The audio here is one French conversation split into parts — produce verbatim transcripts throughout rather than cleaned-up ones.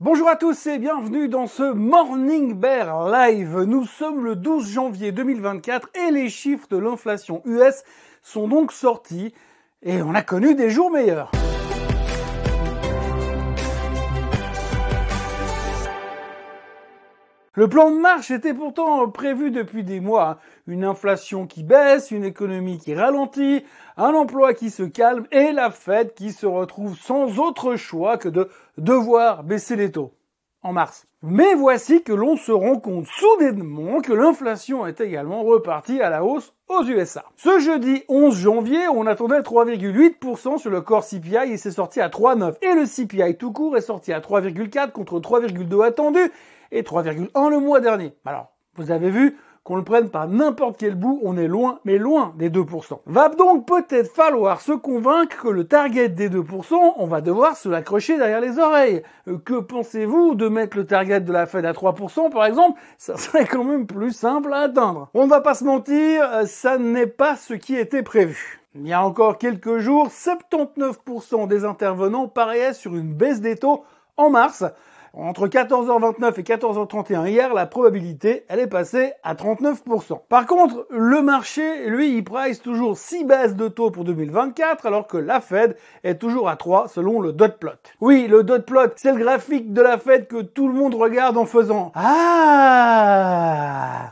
Bonjour à tous et bienvenue dans ce Morning Bear Live. Nous sommes le douze janvier deux mille vingt-quatre et les chiffres de l'inflation U S sont donc sortis et on a connu des jours meilleurs. Le plan de marche était pourtant prévu depuis des mois. Une inflation qui baisse, une économie qui ralentit, un emploi qui se calme et la Fed qui se retrouve sans autre choix que de devoir baisser les taux en mars. Mais voici que l'on se rend compte soudainement que l'inflation est également repartie à la hausse aux U S A. Ce jeudi onze janvier, on attendait trois virgule huit pour cent sur le core C P I et c'est sorti à trois virgule neuf. Et le C P I tout court est sorti à trois virgule quatre contre trois virgule deux attendu et trois virgule un le mois dernier. Alors, vous avez vu, qu'on le prenne par n'importe quel bout, on est loin, mais loin des deux pour cent. Va donc peut-être falloir se convaincre que le target des deux pour cent, on va devoir se l'accrocher derrière les oreilles. Que pensez-vous de mettre le target de la Fed à trois pour cent par exemple? Ça serait quand même plus simple à atteindre. On ne va pas se mentir, ça n'est pas ce qui était prévu. Il y a encore quelques jours, soixante-dix-neuf pour cent des intervenants pariaient sur une baisse des taux en mars. Entre quatorze heures vingt-neuf et quatorze heures trente et un hier, la probabilité, elle est passée à trente-neuf pour cent. Par contre, le marché, lui, il price toujours six baisses de taux pour deux mille vingt-quatre, alors que la Fed est toujours à trois selon le dot plot. Oui, le dot plot, c'est le graphique de la Fed que tout le monde regarde en faisant « Ah !»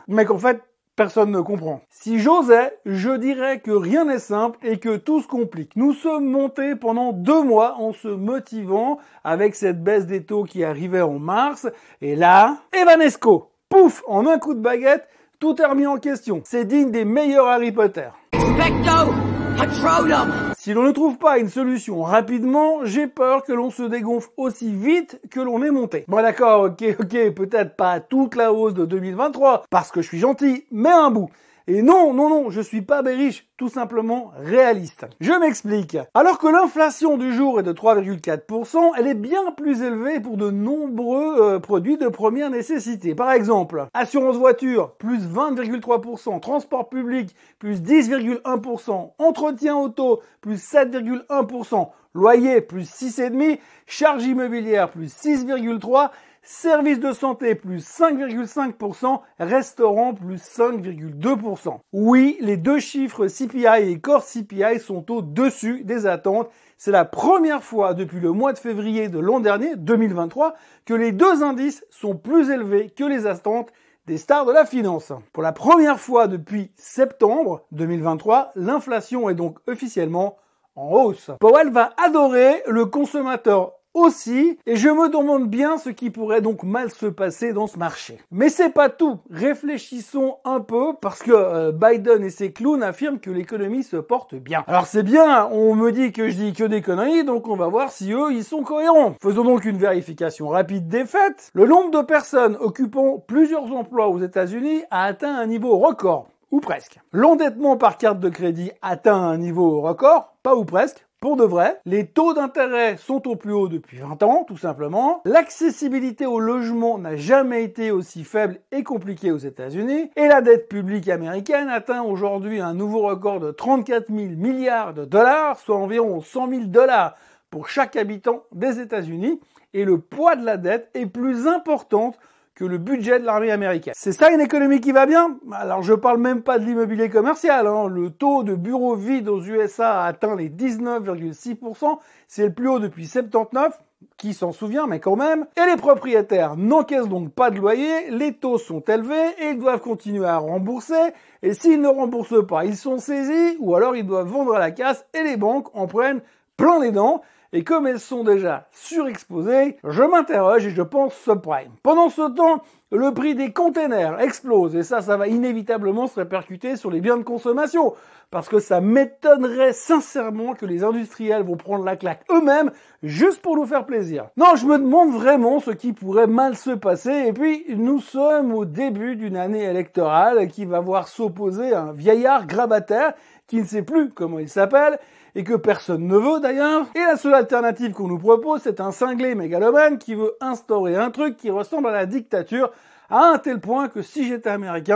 mais qu'en fait, personne ne comprend. Si j'osais, je dirais que rien n'est simple et que tout se complique. Nous sommes montés pendant deux mois en se motivant avec cette baisse des taux qui arrivait en mars. Et là, Evanesco, pouf, en un coup de baguette, tout est remis en question. C'est digne des meilleurs Harry Potter. Expecto Patronum. Si l'on ne trouve pas une solution rapidement, j'ai peur que l'on se dégonfle aussi vite que l'on est monté. Bon d'accord, ok, ok, peut-être pas toute la hausse de deux mille vingt-trois, parce que je suis gentil, mais un bout. Et non, non, non, je suis pas bearish, tout simplement réaliste. Je m'explique. Alors que l'inflation du jour est de trois virgule quatre pour cent, elle est bien plus élevée pour de nombreux euh, produits de première nécessité. Par exemple, assurance voiture, plus vingt virgule trois pour cent, transport public, plus dix virgule un pour cent, entretien auto, plus sept virgule un pour cent, loyer, plus six virgule cinq pour cent, charges immobilières, plus six virgule trois pour cent, services de santé plus cinq virgule cinq pour cent, restaurants plus cinq virgule deux pour cent. Oui, les deux chiffres C P I et Core C P I sont au-dessus des attentes. C'est la première fois depuis le mois de février de l'an dernier, deux mille vingt-trois, que les deux indices sont plus élevés que les attentes des stars de la finance. Pour la première fois depuis septembre deux mille vingt-trois, l'inflation est donc officiellement en hausse. Powell va adorer, le consommateur aussi, et je me demande bien ce qui pourrait donc mal se passer dans ce marché. Mais c'est pas tout. Réfléchissons un peu parce que euh, Biden et ses clowns affirment que l'économie se porte bien. Alors c'est bien, on me dit que je dis que des conneries, donc on va voir si eux, ils sont cohérents. Faisons donc une vérification rapide des faits. Le nombre de personnes occupant plusieurs emplois aux États-Unis a atteint un niveau record, ou presque. L'endettement par carte de crédit atteint un niveau record, pas ou presque. Pour de vrai, les taux d'intérêt sont au plus haut depuis vingt ans, tout simplement. L'accessibilité au logement n'a jamais été aussi faible et compliquée aux États-Unis. Et la dette publique américaine atteint aujourd'hui un nouveau record de trente-quatre mille milliards de dollars, soit environ cent mille dollars pour chaque habitant des États-Unis. Et le poids de la dette est plus important que le budget de l'armée américaine. C'est ça une économie qui va bien? Alors je parle même pas de l'immobilier commercial, hein. Le taux de bureaux vides aux U S A a atteint les dix-neuf virgule six pour cent, c'est le plus haut depuis soixante-dix-neuf, qui s'en souvient, mais quand même. Et les propriétaires n'encaissent donc pas de loyer, les taux sont élevés et ils doivent continuer à rembourser, et s'ils ne remboursent pas, ils sont saisis, ou alors ils doivent vendre à la casse, et les banques en prennent plein les dents. Et comme elles sont déjà surexposées, je m'interroge et je pense subprime. Pendant ce temps, le prix des containers explose et ça, ça va inévitablement se répercuter sur les biens de consommation parce que ça m'étonnerait sincèrement que les industriels vont prendre la claque eux-mêmes juste pour nous faire plaisir. Non, je me demande vraiment ce qui pourrait mal se passer et puis nous sommes au début d'une année électorale qui va voir s'opposer un vieillard grabataire qui ne sait plus comment il s'appelle et que personne ne veut d'ailleurs. Et la seule alternative qu'on nous propose, c'est un cinglé mégalomane qui veut instaurer un truc qui ressemble à la dictature, à un tel point que si j'étais américain,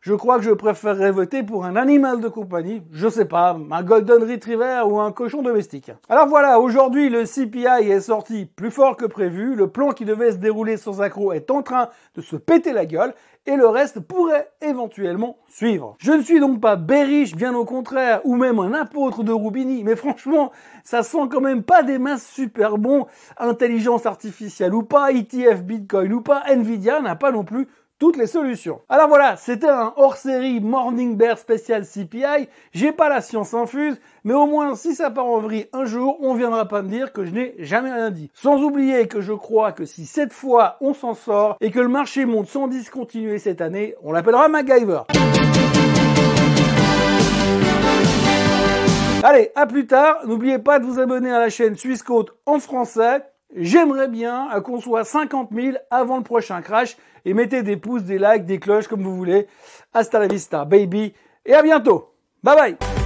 je crois que je préférerais voter pour un animal de compagnie, je sais pas, un Golden Retriever ou un cochon domestique. Alors voilà, aujourd'hui le C P I est sorti plus fort que prévu, le plan qui devait se dérouler sans accroc est en train de se péter la gueule, et le reste pourrait éventuellement suivre. Je ne suis donc pas bearish, bien au contraire, ou même un apôtre de Roubini, mais franchement, ça sent quand même pas des masses super bons, intelligence artificielle ou pas, E T F Bitcoin ou pas, Nvidia n'a pas non plus toutes les solutions. Alors voilà, c'était un hors-série Morning Bear spécial C P I. J'ai pas la science infuse, mais au moins si ça part en vrille un jour, on viendra pas me dire que je n'ai jamais rien dit. Sans oublier que je crois que si cette fois on s'en sort et que le marché monte sans discontinuer cette année, on l'appellera MacGyver. Allez, à plus tard. N'oubliez pas de vous abonner à la chaîne Swissquote en français. J'aimerais bien qu'on soit cinquante mille avant le prochain crash et mettez des pouces, des likes, des cloches comme vous voulez. Hasta la vista, baby. Et à bientôt. Bye bye.